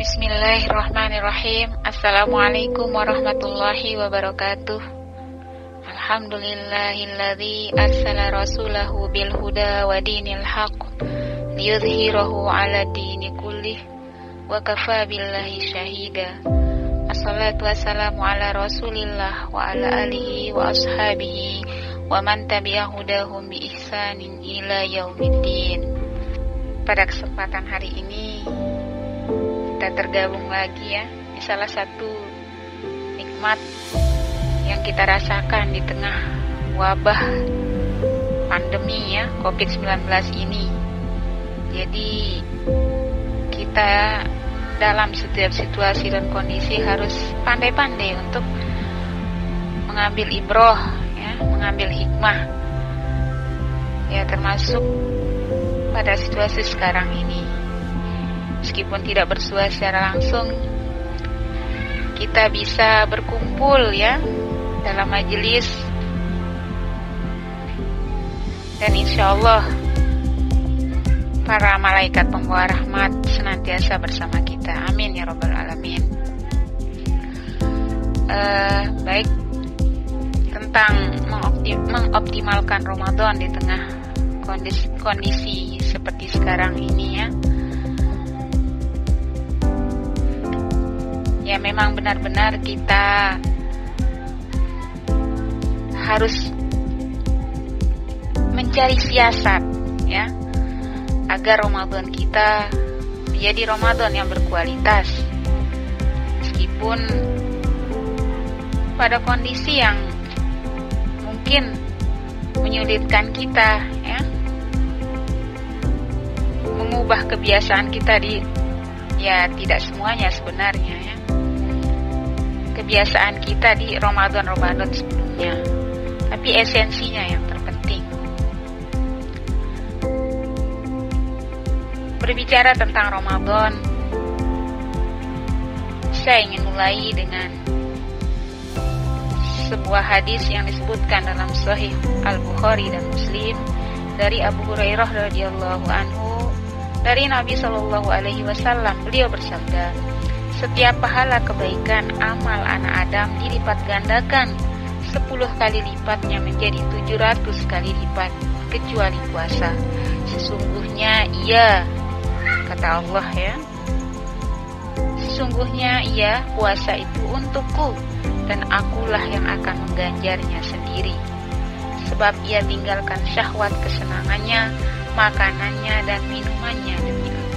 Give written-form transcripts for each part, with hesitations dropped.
Bismillahirrahmanirrahim. Assalamualaikum warahmatullahi wabarakatuh. Alhamdulillahilladzi arsala rasulahu bil huda wa dinil haqq liyudhhirahu 'ala dini kullih wa kafaa billahi syahida. Assalatu wassalamu ala Rasulillah wa ala alihi wa ashabihi wa man tabi'a hudahum bi ihsanin ila yaumiddin. Pada kesempatan hari ini kita tergabung lagi ya di salah satu nikmat yang kita rasakan di tengah wabah pandemi ya COVID-19 ini. Jadi kita dalam setiap situasi dan kondisi harus pandai-pandai untuk mengambil ibroh ya, mengambil hikmah ya, termasuk pada situasi sekarang ini. Meskipun tidak bersua secara langsung, kita bisa berkumpul ya dalam majelis, dan insya Allah para malaikat pembawa rahmat senantiasa bersama kita. Amin ya rabbal alamin. Baik, tentang mengoptimalkan Ramadan di tengah kondisi seperti sekarang ini ya. Ya memang benar-benar kita harus mencari siasat ya, agar Ramadan kita menjadi Ramadan yang berkualitas. Meskipun pada kondisi yang mungkin menyulitkan kita ya, mengubah kebiasaan kita ya tidak semuanya sebenarnya ya, kebiasaan kita di Ramadan sebelumnya, tapi esensinya yang terpenting. Berbicara tentang Ramadan, saya ingin mulai dengan sebuah hadis yang disebutkan dalam Sahih Al-Bukhari dan Muslim dari Abu Hurairah radhiyallahu anhu, dari Nabi Shallallahu alaihi wasallam. Beliau bersabda, setiap pahala kebaikan amal anak Adam dilipat gandakan 10 kali lipatnya menjadi 700 kali lipat, kecuali puasa. Sesungguhnya ia, kata Allah ya, sesungguhnya ia, puasa itu untukku, dan akulah yang akan mengganjarnya sendiri. Sebab ia tinggalkan syahwat kesenangannya, makanannya dan minumannya demi aku.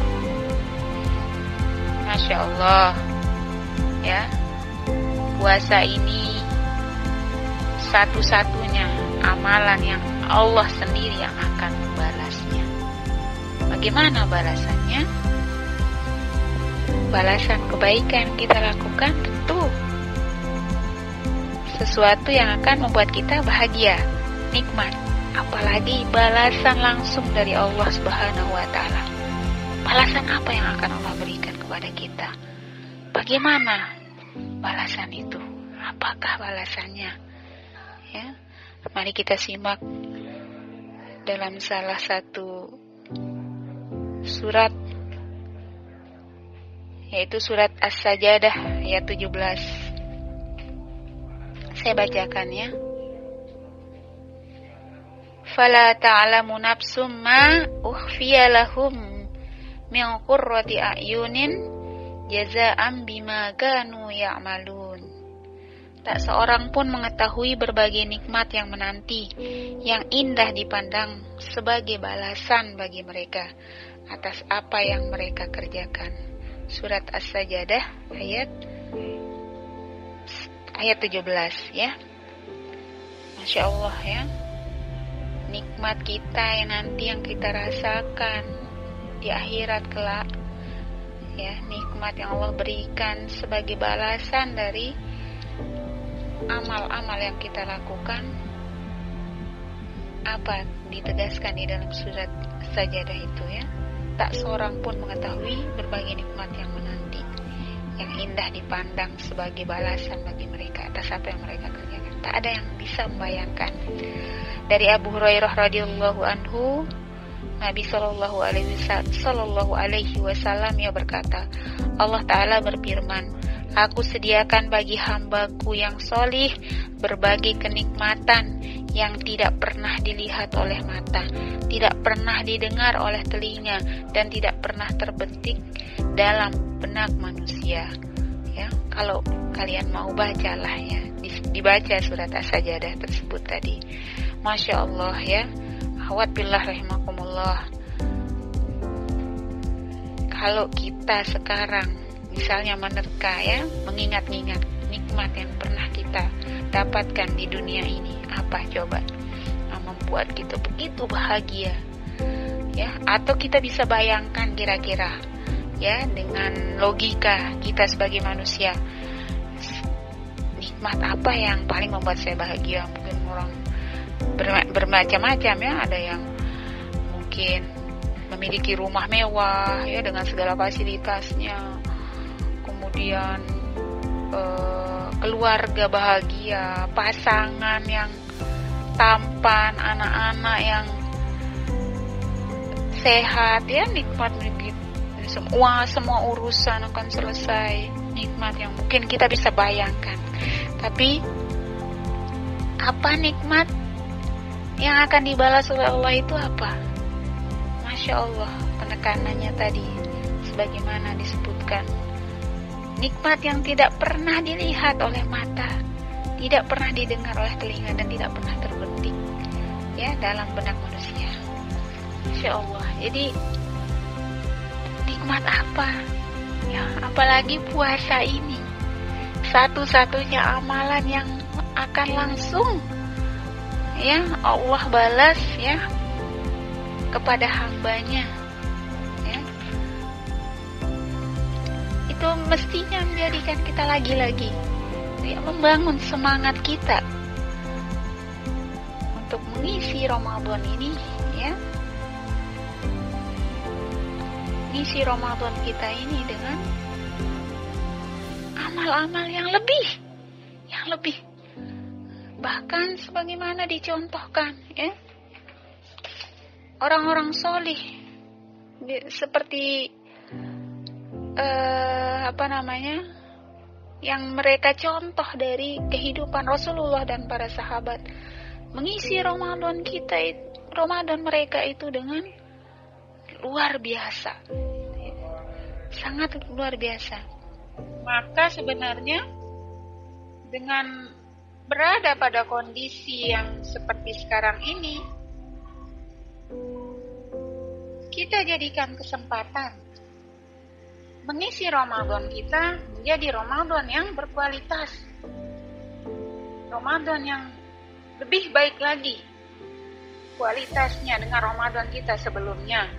Masya Allah ya, puasa ini satu-satunya amalan yang Allah sendiri yang akan membalasnya. Bagaimana balasannya? Balasan kebaikan kita lakukan tentu sesuatu yang akan membuat kita bahagia, nikmat. Apalagi balasan langsung dari Allah Subhanahu wa Ta'ala. Balasan apa yang akan Allah berikan kepada kita? Bagaimana balasan itu? Apakah balasannya? Ya, mari kita simak dalam salah satu surat, yaitu surat As-Sajdah ayat 17. Saya bacakan ya. Fala ta'lamu nafsum ma ukhfiya lahum min qurrati a'yunin jazaa'an bima kanu ya'malun. Tak seorang pun mengetahui berbagai nikmat yang menanti, yang indah dipandang sebagai balasan bagi mereka atas apa yang mereka kerjakan. Surat As-Sajdah ayat 17 ya. Masya Allah ya, nikmat kita yang nanti yang kita rasakan di akhirat kelak ya, nikmat yang Allah berikan sebagai balasan dari amal-amal yang kita lakukan. Apa ditegaskan di dalam surat Sajdah itu ya? Tak seorang pun mengetahui berbagai nikmat yang menanti, yang indah dipandang sebagai balasan bagi mereka atas apa yang mereka kerjakan. Tak ada yang bisa membayangkan. Dari Abu Hurairah radhiyallahu anhu, Nabi Sallallahu Alaihi Wasallam ya berkata, Allah Ta'ala berfirman, Aku sediakan bagi hambaku yang solih berbagai kenikmatan yang tidak pernah dilihat oleh mata, tidak pernah didengar oleh telinga, dan tidak pernah terbetik dalam benak manusia. Ya, kalau kalian mau bacalah ya, dibaca surat As-Sajdah tersebut tadi. Masya Allah ya, akhwat billah rahimakumullah. Kalau kita sekarang misalnya menerka ya, mengingat-ingat nikmat yang pernah kita dapatkan di dunia ini, apa coba yang membuat kita begitu bahagia ya? Atau kita bisa bayangkan kira-kira ya, dengan logika kita sebagai manusia, nikmat apa yang paling membuat saya bahagia? Mungkin orang bermacam-macam ya, ada yang mungkin memiliki rumah mewah ya dengan segala fasilitasnya, kemudian keluarga bahagia, pasangan yang tampan, anak-anak yang sehat ya, nikmat begitu. Semua urusan akan selesai, nikmat yang mungkin kita bisa bayangkan. Tapi apa nikmat yang akan dibalas oleh Allah itu apa? Masya Allah, penekanannya tadi sebagaimana disebutkan, nikmat yang tidak pernah dilihat oleh mata, tidak pernah didengar oleh telinga, dan tidak pernah terbetik ya dalam benak manusia. Masya Allah. Jadi nikmat apa ya, apalagi puasa ini, satu-satunya amalan yang akan langsung ya Allah balas ya kepada hambanya ya. Itu mestinya menjadikan kita lagi-lagi ya, membangun semangat kita untuk mengisi Ramadan ini ya, mengisi Ramadan kita ini dengan amal-amal yang lebih bahkan sebagaimana dicontohkan ya orang-orang solih seperti yang mereka contoh dari kehidupan Rasulullah dan para sahabat, mengisi Ramadan mereka itu dengan luar biasa, sangat luar biasa. Maka sebenarnya dengan berada pada kondisi yang seperti sekarang ini, kita jadikan kesempatan mengisi Ramadan kita menjadi Ramadan yang berkualitas, Ramadan yang lebih baik lagi kualitasnya dengan Ramadan kita sebelumnya.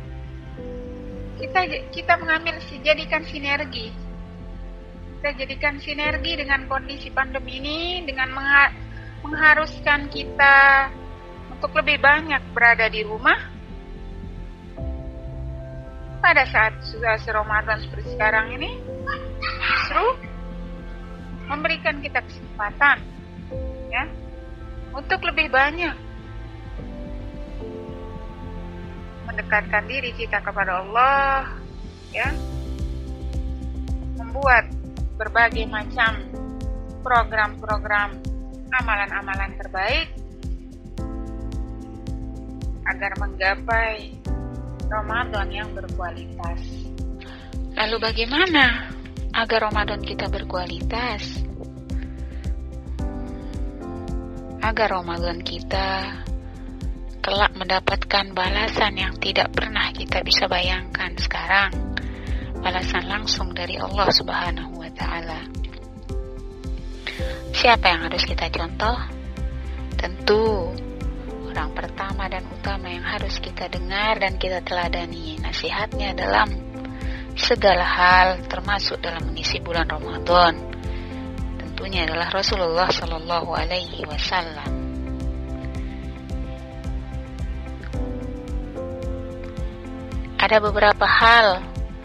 Kita mengambil, jadikan sinergi. Kita jadikan sinergi dengan kondisi pandemi ini, dengan mengharuskan kita untuk lebih banyak berada di rumah. Pada saat sudah Ramadan seperti sekarang ini, justru memberikan kita kesempatan ya untuk lebih banyak mendekatkan diri kita kepada Allah ya, membuat berbagai macam program-program amalan-amalan terbaik agar menggapai Ramadan yang berkualitas. Lalu bagaimana agar Ramadan kita berkualitas? Agar Ramadan kita kelak mendapatkan balasan yang tidak pernah kita bisa bayangkan sekarang, balasan langsung dari Allah Subhanahu wa Ta'ala. Siapa yang harus kita contoh? Tentu orang pertama dan utama yang harus kita dengar dan kita teladani nasihatnya dalam segala hal, termasuk dalam mengisi bulan Ramadan, tentunya adalah Rasulullah Sallallahu Alaihi Wasallam. Ada beberapa hal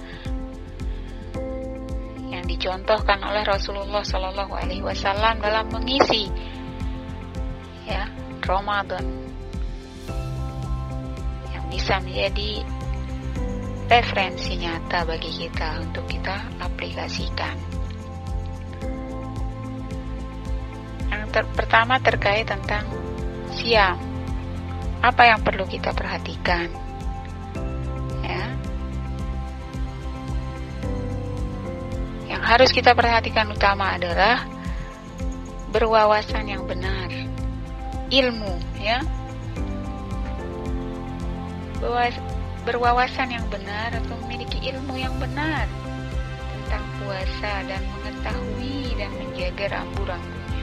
yang dicontohkan oleh Rasulullah Sallallahu Alaihi Wasallam dalam mengisi ya Ramadan, yang bisa menjadi referensi nyata bagi kita untuk kita aplikasikan. Yang pertama terkait tentang siam. Apa yang perlu kita perhatikan? Ya. Yang harus kita perhatikan utama adalah berwawasan yang benar, ilmu, ya. Berwawasan yang benar atau memiliki ilmu yang benar tentang puasa dan mengetahui dan menjaga rambu-rambunya.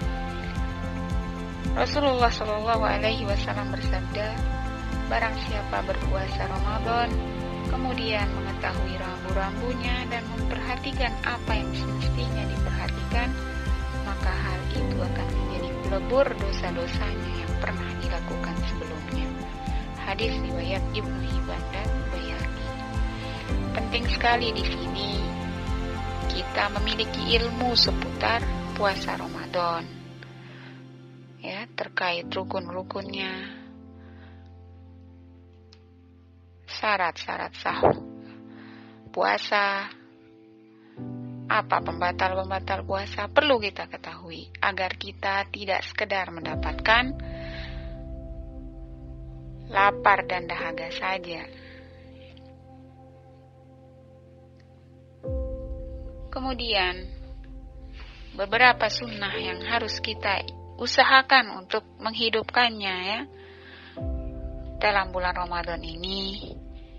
Rasulullah Shallallahu Alaihi Wasallam bersabda, barang siapa berpuasa Ramadan kemudian mengetahui rambu-rambunya dan memperhatikan apa yang semestinya diperhatikan, maka hal itu akan menjadi pelebur dosa-dosanya yang pernah dilakukan sebelumnya. Hadis riwayat Ibnu Hibban dan Baihaqi. Penting sekali di sini kita memiliki ilmu seputar puasa Ramadan, ya, terkait rukun-rukunnya, syarat-syarat sah puasa, apa pembatal-pembatal puasa perlu kita ketahui agar kita tidak sekedar mendapatkan lapar dan dahaga saja. Kemudian beberapa sunnah yang harus kita usahakan untuk menghidupkannya, ya, dalam bulan Ramadan ini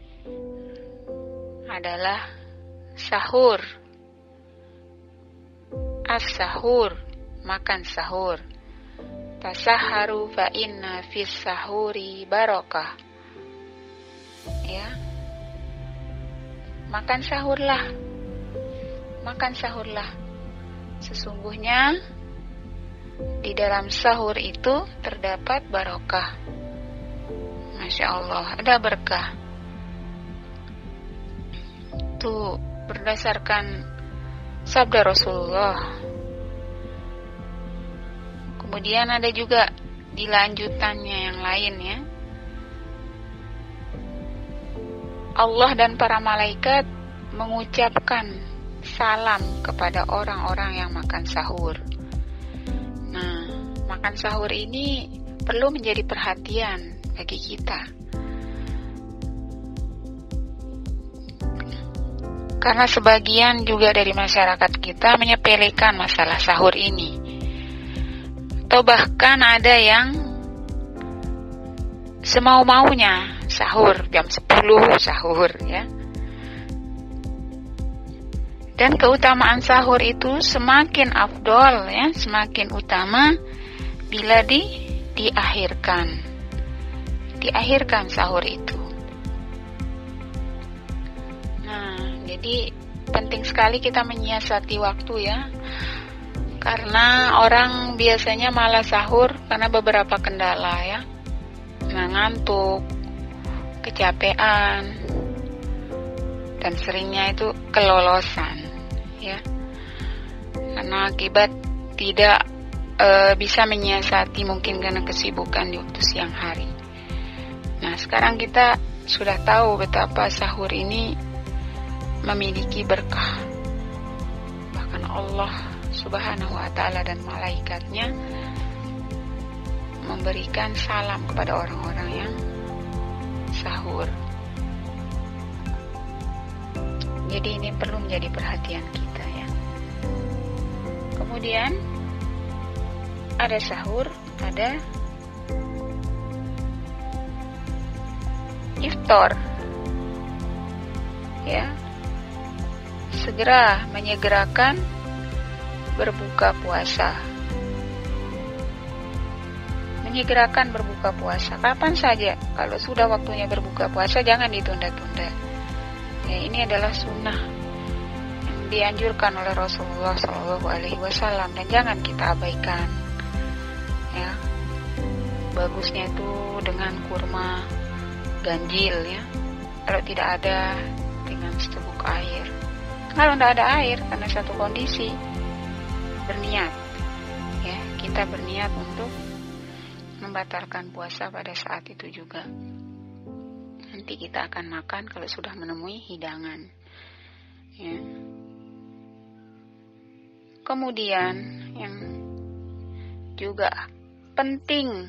adalah sahur. As-sahur, makan sahur. Tasaharu fa inna fis sahuri barakah. Ya. Makan sahurlah. Makan sahurlah. Sesungguhnya di dalam sahur itu terdapat barokah. Masya Allah, ada berkah. Itu berdasarkan sabda Rasulullah. Kemudian ada juga di lanjutannya yang lain, ya. Allah dan para malaikat mengucapkan salam kepada orang-orang yang makan sahur. Nah, makan sahur ini perlu menjadi perhatian bagi kita. Karena sebagian juga dari masyarakat kita menyepelekan masalah sahur ini. Atau bahkan ada yang semau-maunya sahur, jam 10 sahur, ya. Dan keutamaan sahur itu semakin afdol, ya, semakin utama bila diakhirkan. Diakhirkan sahur itu. Nah, jadi penting sekali kita menyiasati waktu, ya. Karena orang biasanya malas sahur karena beberapa kendala, ya. Ngantuk, kecapean, dan seringnya itu kelolosan, ya. Karena akibat tidak bisa menyiasati mungkin karena kesibukan di waktu siang hari. Nah, sekarang kita sudah tahu betapa sahur ini memiliki berkah. Bahkan Allah Subhanahu wa ta'ala dan malaikatnya memberikan salam kepada orang-orang yang sahur. Jadi ini perlu menjadi perhatian kita, ya. Kemudian ada sahur, ada iftar, ya. Segera menyegerakan berbuka puasa. Menyegerakan berbuka puasa kapan saja. Kalau sudah waktunya berbuka puasa, jangan ditunda-tunda. Ya, ini adalah sunnah yang dianjurkan oleh Rasulullah Shallallahu Alaihi Wasallam dan jangan kita abaikan. Ya, bagusnya itu dengan kurma ganjil, ya. Kalau tidak ada, dengan seteguk air. Kalau tidak ada air karena satu kondisi, berniat, ya, kita berniat untuk membatalkan puasa pada saat itu juga. nanti kita akan makan kalau sudah menemui hidangan. Ya. Kemudian yang juga penting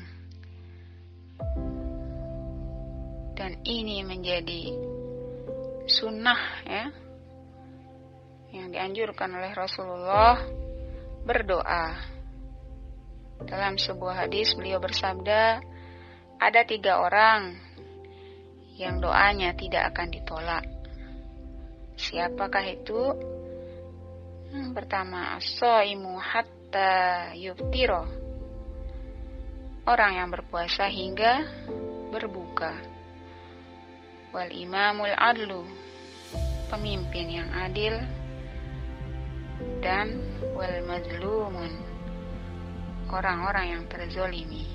dan ini menjadi sunnah ya, yang dianjurkan oleh Rasulullah, berdoa. Dalam sebuah hadis beliau bersabda, ada 3 orang yang doanya tidak akan ditolak. Siapakah itu? Yang pertama, as-shaimu hatta yuftiro, orang yang berpuasa hingga berbuka. Wal imamul adlu, pemimpin yang adil. Dan wal mazlumun, orang-orang yang terzolimi.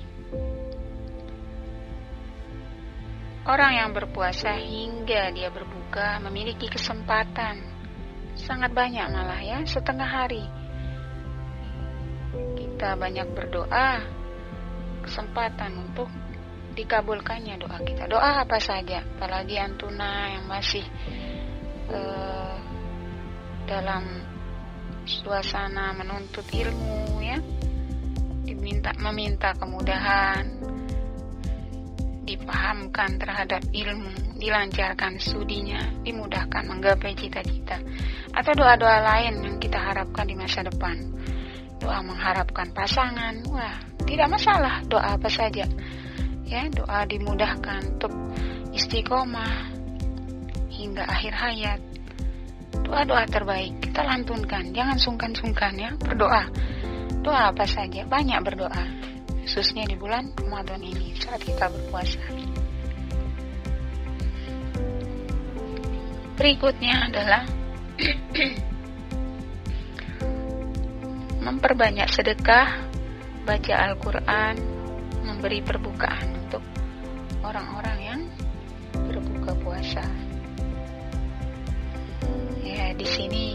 Orang yang berpuasa hingga dia berbuka memiliki kesempatan sangat banyak, malah ya, setengah hari. Kita banyak berdoa, kesempatan untuk dikabulkannya doa kita. Doa apa saja, apalagi antuna yang masih dalam suasana menuntut ilmu ya, meminta kemudahan, dipahamkan terhadap ilmu, dilancarkan studinya, dimudahkan menggapai cita-cita, atau doa-doa lain yang kita harapkan di masa depan. Doa mengharapkan pasangan, wah, tidak masalah, doa apa saja ya, doa dimudahkan untuk istiqomah hingga akhir hayat. Doa-doa terbaik kita lantunkan, jangan sungkan-sungkan ya berdoa. Doa apa saja, banyak berdoa, khususnya di bulan Ramadan ini saat kita berpuasa. Berikutnya adalah memperbanyak sedekah, baca Al-Quran, memberi perbukaan untuk orang-orang yang berbuka puasa. Ya, di sini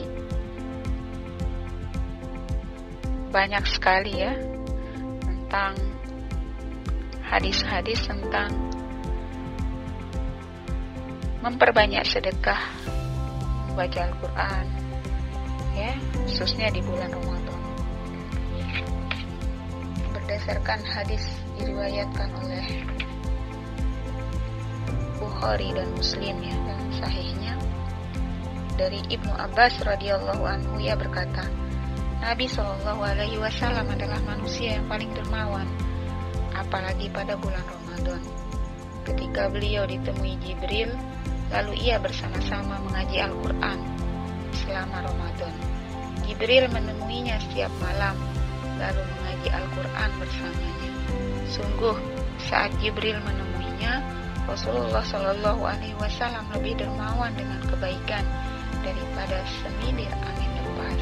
banyak sekali ya tentang hadis-hadis tentang memperbanyak sedekah, membaca Al-Quran ya, khususnya di bulan Ramadan. Berdasarkan hadis diriwayatkan oleh Bukhari dan Muslim ya, dalam sahihnya, dari Ibnu Abbas radhiyallahu anhu, ia berkata, Nabi SAW adalah manusia yang paling dermawan, apalagi pada bulan Ramadan. Ketika beliau ditemui Jibril, lalu ia bersama-sama mengaji Al-Quran selama Ramadan. Jibril menemuinya setiap malam, lalu mengaji Al-Quran bersamanya. Sungguh, saat Jibril menemuinya, Rasulullah SAW lebih dermawan dengan kebaikan daripada semilir angin lepas.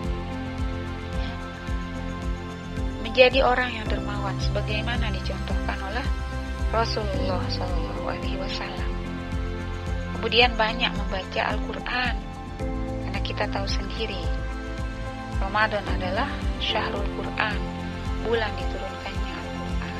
Menjadi orang yang dermawan sebagaimana dicontohkan oleh Rasulullah SAW. Kemudian banyak membaca Al-Quran, karena kita tahu sendiri Ramadan adalah Syahrul Quran, bulan diturunkannya Al-Quran.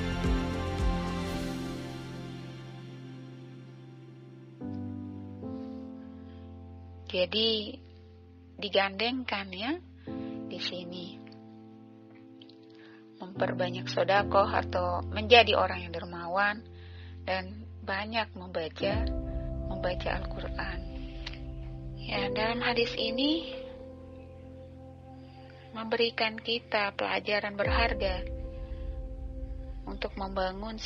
Jadi digandengkan ya di sini memperbanyak sedekah atau menjadi orang yang dermawan dan banyak membaca Al-Quran. Ya, dalam hadis ini memberikan kita pelajaran berharga untuk membangun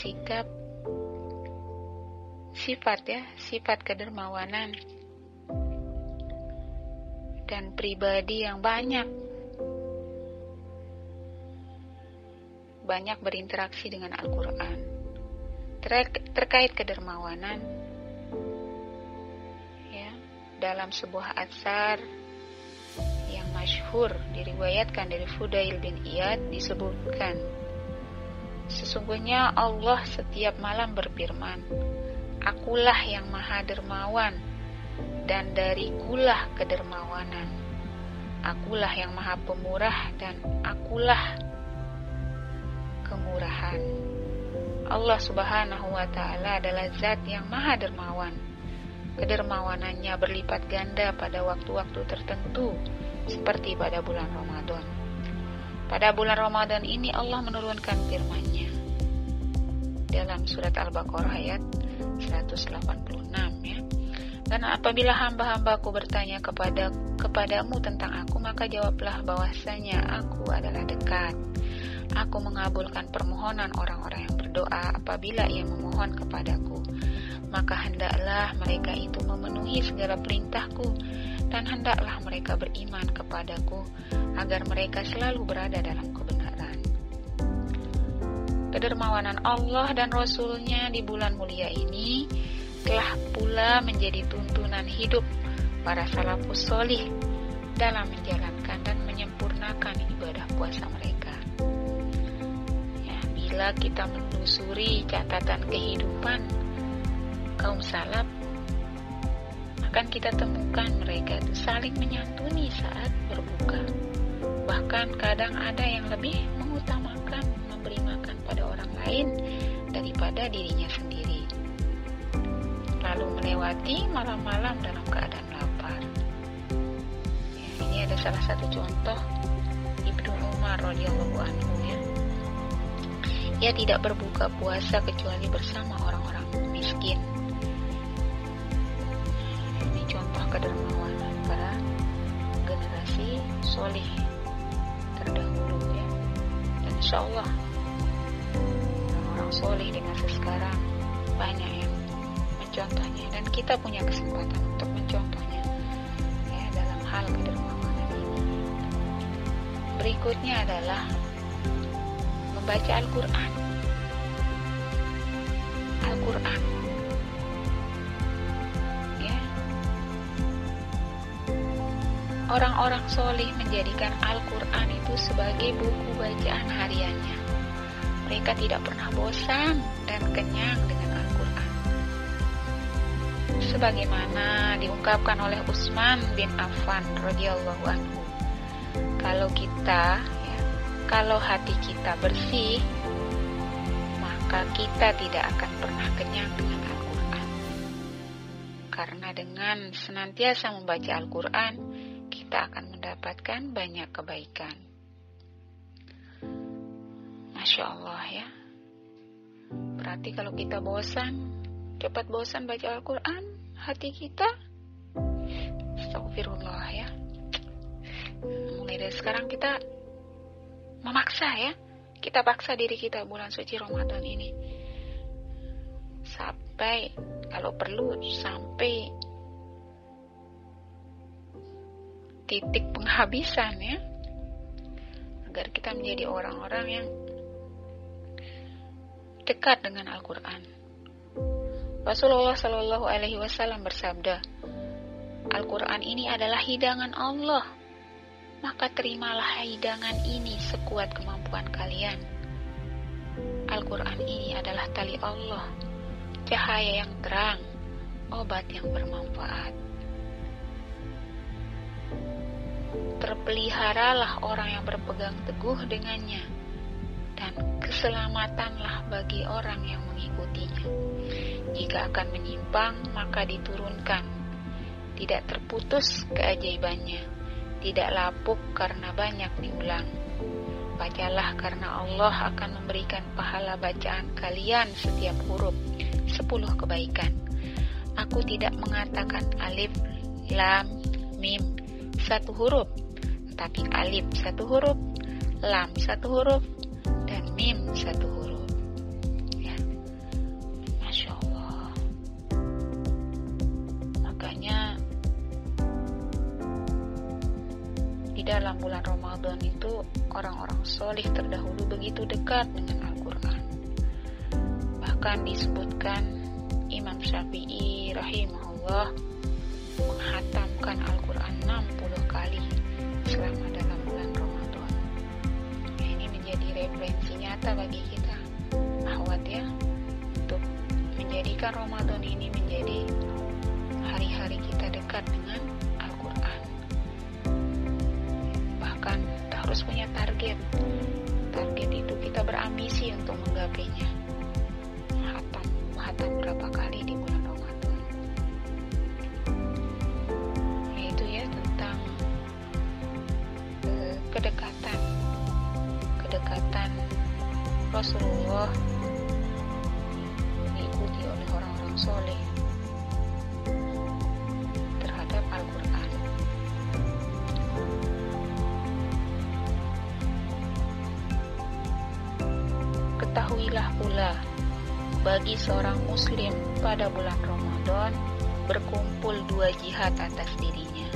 sifat kedermawanan dan pribadi yang banyak berinteraksi dengan Al-Quran. Terkait kedermawanan ya, dalam sebuah atsar yang masyhur diriwayatkan dari Fudail bin Iyad disebutkan, sesungguhnya Allah setiap malam berfirman, Akulah yang maha dermawan dan darikulah kedermawanan. Akulah yang maha pemurah dan akulah kemurahan. Allah Subhanahu wa Ta'ala adalah zat yang maha dermawan. Kedermawanannya berlipat ganda pada waktu-waktu tertentu, seperti pada bulan Ramadan. Pada bulan Ramadan ini Allah menurunkan firman-Nya dalam surat Al-Baqarah ayat 186 ya. Dan apabila hamba-hambaku bertanya kepadamu tentang aku, maka jawablah bahwasanya aku adalah dekat. Aku mengabulkan permohonan orang-orang yang berdoa apabila ia memohon kepadaku. Maka hendaklah mereka itu memenuhi segala perintahku, dan hendaklah mereka beriman kepadaku, agar mereka selalu berada dalam kebenaran. Kedermawanan Allah dan Rasul-Nya di bulan mulia ini telah pula menjadi tuntunan hidup para salafus sholih dalam menjalankan dan menyempurnakan ibadah puasa mereka. Bila kita menelusuri catatan kehidupan kaum salaf, akan kita temukan mereka itu saling menyantuni saat berbuka. Bahkan kadang ada yang lebih mengutamakan memberi makan pada orang lain daripada dirinya sendiri, lalu melewati malam-malam dalam keadaan lapar. Ya, ini ada salah satu contoh Ibnu Umar radhiyallahu anhu ya. Ia tidak berbuka puasa kecuali bersama orang-orang miskin. Ini contoh kedermawanan para generasi solih terdahulu ya. Dan insyaallah orang solih di masa sekarang banyak yang mencontohnya, dan kita punya kesempatan untuk mencontohnya ya dalam hal kedermawanan ini. Berikutnya adalah membaca Al-Quran. Al-Quran ya. Orang-orang solih menjadikan Al-Quran itu sebagai buku bacaan hariannya. Mereka tidak pernah bosan dan kenyang dengan Al-Quran. Sebagaimana diungkapkan oleh Utsman bin Affan radhiyallahu anhu, kalau hati kita bersih, maka kita tidak akan pernah kenyang dengan Al-Quran. Karena dengan senantiasa membaca Al-Quran, kita akan mendapatkan banyak kebaikan. Masya Allah ya. Berarti kalau kita cepat bosan baca Al-Quran, hati kita, astagfirullah ya. Mulai dari sekarang kita memaksa ya, kita paksa diri kita bulan suci Ramadan ini sampai kalau perlu sampai titik penghabisan ya, agar kita menjadi orang-orang yang dekat dengan Al-Quran. Rasulullah Shallallahu Alaihi Wasallam bersabda, Al-Quran ini adalah hidangan Allah, maka terimalah hidangan ini sekuat kemampuan kalian. Al-Quran ini adalah tali Allah, cahaya yang terang, obat yang bermanfaat. Terpeliharalah orang yang berpegang teguh dengannya, dan keselamatanlah bagi orang yang mengikutinya. Jika akan menyimpang, maka diturunkan, tidak terputus keajaibannya, tidak lapuk karena banyak diulang. Bacalah karena Allah akan memberikan pahala bacaan kalian setiap huruf 10 kebaikan. Aku tidak mengatakan alif, lam, mim 1 huruf, tapi alif 1 huruf, lam 1 huruf, dan mim 1 huruf ya. Masya Allah. Makanya di dalam bulan Ramadan itu orang-orang solih terdahulu begitu dekat dengan Al-Quran. Bahkan disebutkan Imam Syafi'i rahimahullah menghatamkan Al-Quran 60 kali selama dalam bulan Ramadan. Ini menjadi referensi nyata bagi kita, ahwat ya, untuk menjadikan Ramadan ini menjadi hari-hari kita dekat dengan Al-Quran. Bahkan kita harus punya target. Target itu kita berambisi untuk menggapainya. khatam berapa kali di bulan Ramadan, yaitu ya tentang kedekatan Rasulullah diikuti oleh orang-orang soleh terhadap Al-Quran. Ketahuilah pula, bagi seorang muslim pada bulan Ramadan berkumpul 2 jihad atas dirinya.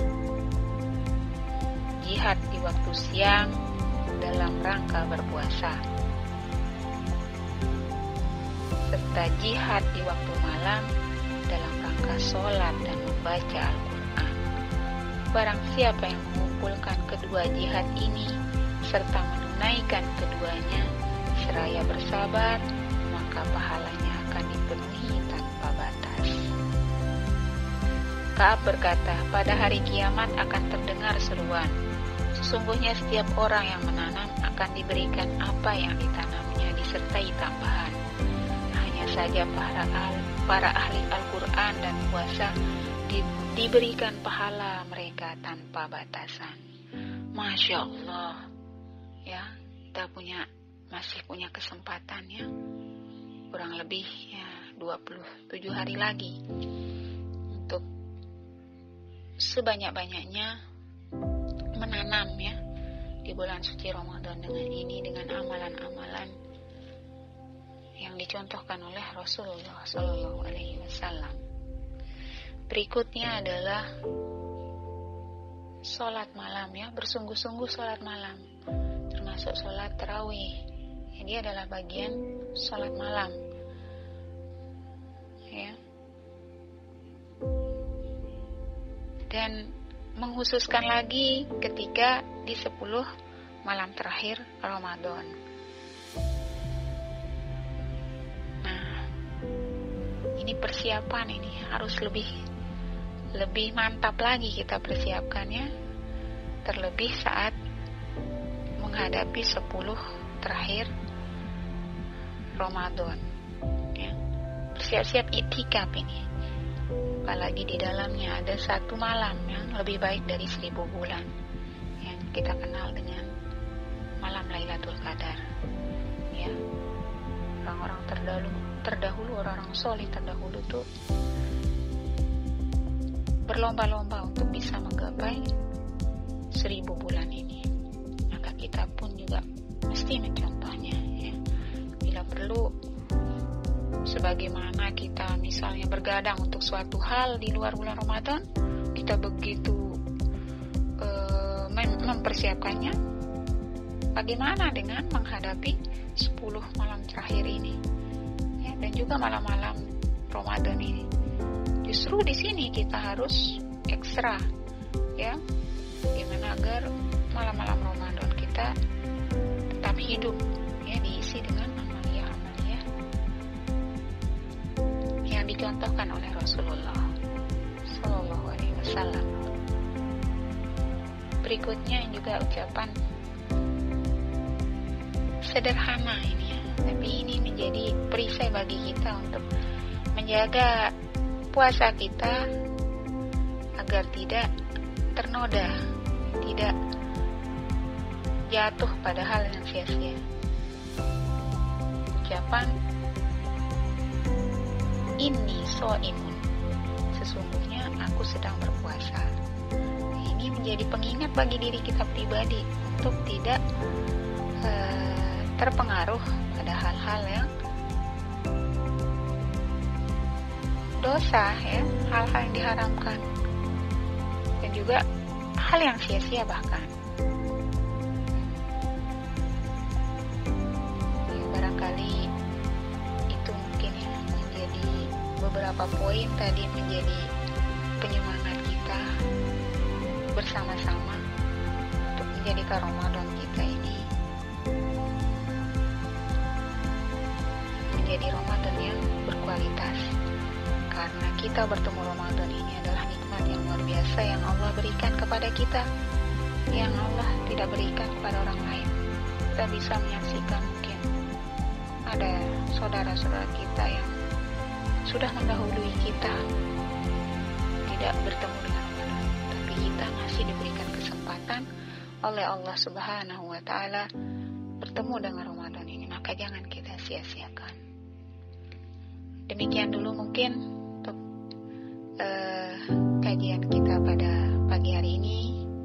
Jihad di waktu siang dalam rangka berpuasa, serta jihad di waktu malam dalam rangka sholat dan membaca Al-Quran. Barang siapa yang mengumpulkan kedua jihad ini serta menunaikan keduanya seraya bersabar, maka pahalanya akan dipenuhi tanpa batas. Ka'ab berkata, pada hari kiamat akan terdengar seruan, sesungguhnya setiap orang yang menanam akan diberikan apa yang ditanamnya disertai tambahan. Hanya saja para ahli Al-Quran dan puasa diberikan pahala mereka tanpa batasan. Masya Allah, ya, kita masih punya kesempatan ya, kurang lebih ya 27 hari lagi untuk sebanyak-banyaknya menanam ya di bulan suci Ramadan dengan amalan-amalan yang dicontohkan oleh Rasulullah Sallallahu Alaihi Wasallam. Berikutnya adalah sholat malam ya, bersungguh-sungguh sholat malam, termasuk sholat tarawih. Dia adalah bagian sholat malam ya. Dan menghususkan lagi ketika di 10 malam terakhir Ramadan. Nah, ini persiapan ini harus lebih mantap lagi kita persiapkannya, terlebih saat menghadapi 10 terakhir Ramadan ya. Bersiap-siap iktikaf ini, apalagi di dalamnya ada 1 malam yang lebih baik dari 1000 bulan yang kita kenal dengan malam Lailatul Qadar ya. Orang-orang terdahulu, orang-orang soleh terdahulu tuh berlomba-lomba untuk bisa menggapai 1000 bulan ini. Maka kita pun juga mesti mencontohnya ya. Bila perlu, sebagaimana kita misalnya bergadang untuk suatu hal di luar bulan Ramadan, kita begitu mempersiapkannya, bagaimana dengan menghadapi 10 malam terakhir ini ya, dan juga malam-malam Ramadan ini. Justru di sini kita harus ekstra ya, gimana agar malam-malam Ramadan kita tetap hidup ya, diisi dengan amalia-amalia yang dicontohkan oleh Rasulullah Sallallahu Alaihi Wasallam. Berikutnya juga ucapan sederhana ini ya, tapi ini menjadi perisai bagi kita untuk menjaga puasa kita agar tidak ternoda, tidak jatuh pada hal yang sia-sia. Ucapan inni sho'imun, sesungguhnya aku sedang berpuasa. Ini menjadi pengingat bagi diri kita pribadi untuk tidak terpengaruh pada hal-hal yang dosa ya, hal-hal yang diharamkan, dan juga hal yang sia-sia bahkan ya. Barangkali itu mungkin ya menjadi beberapa poin tadi, menjadi penyemangat kita bersama-sama untuk menjadikan Ramadan kita ini menjadi Ramadan yang berkualitas. Karena kita bertemu Ramadan ini adalah nikmat yang luar biasa yang Allah berikan kepada kita, yang Allah tidak berikan kepada orang lain. Kita bisa menyaksikan mungkin ada saudara-saudara kita yang sudah mendahului kita tidak bertemu dengan Ramadan, tapi kita masih diberikan kesempatan oleh Allah Subhanahu wa Ta'ala bertemu dengan Ramadan ini, maka jangan kita sia-siakan. Demikian dulu mungkin untuk kajian kita pada pagi hari ini.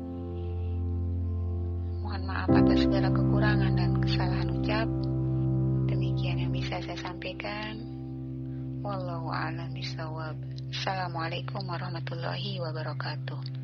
Mohon maaf atas segala kekurangan dan kesalahan ucap. Demikian yang bisa saya sampaikan. Wallahu a'lam bishawab. Assalamualaikum warahmatullahi wabarakatuh.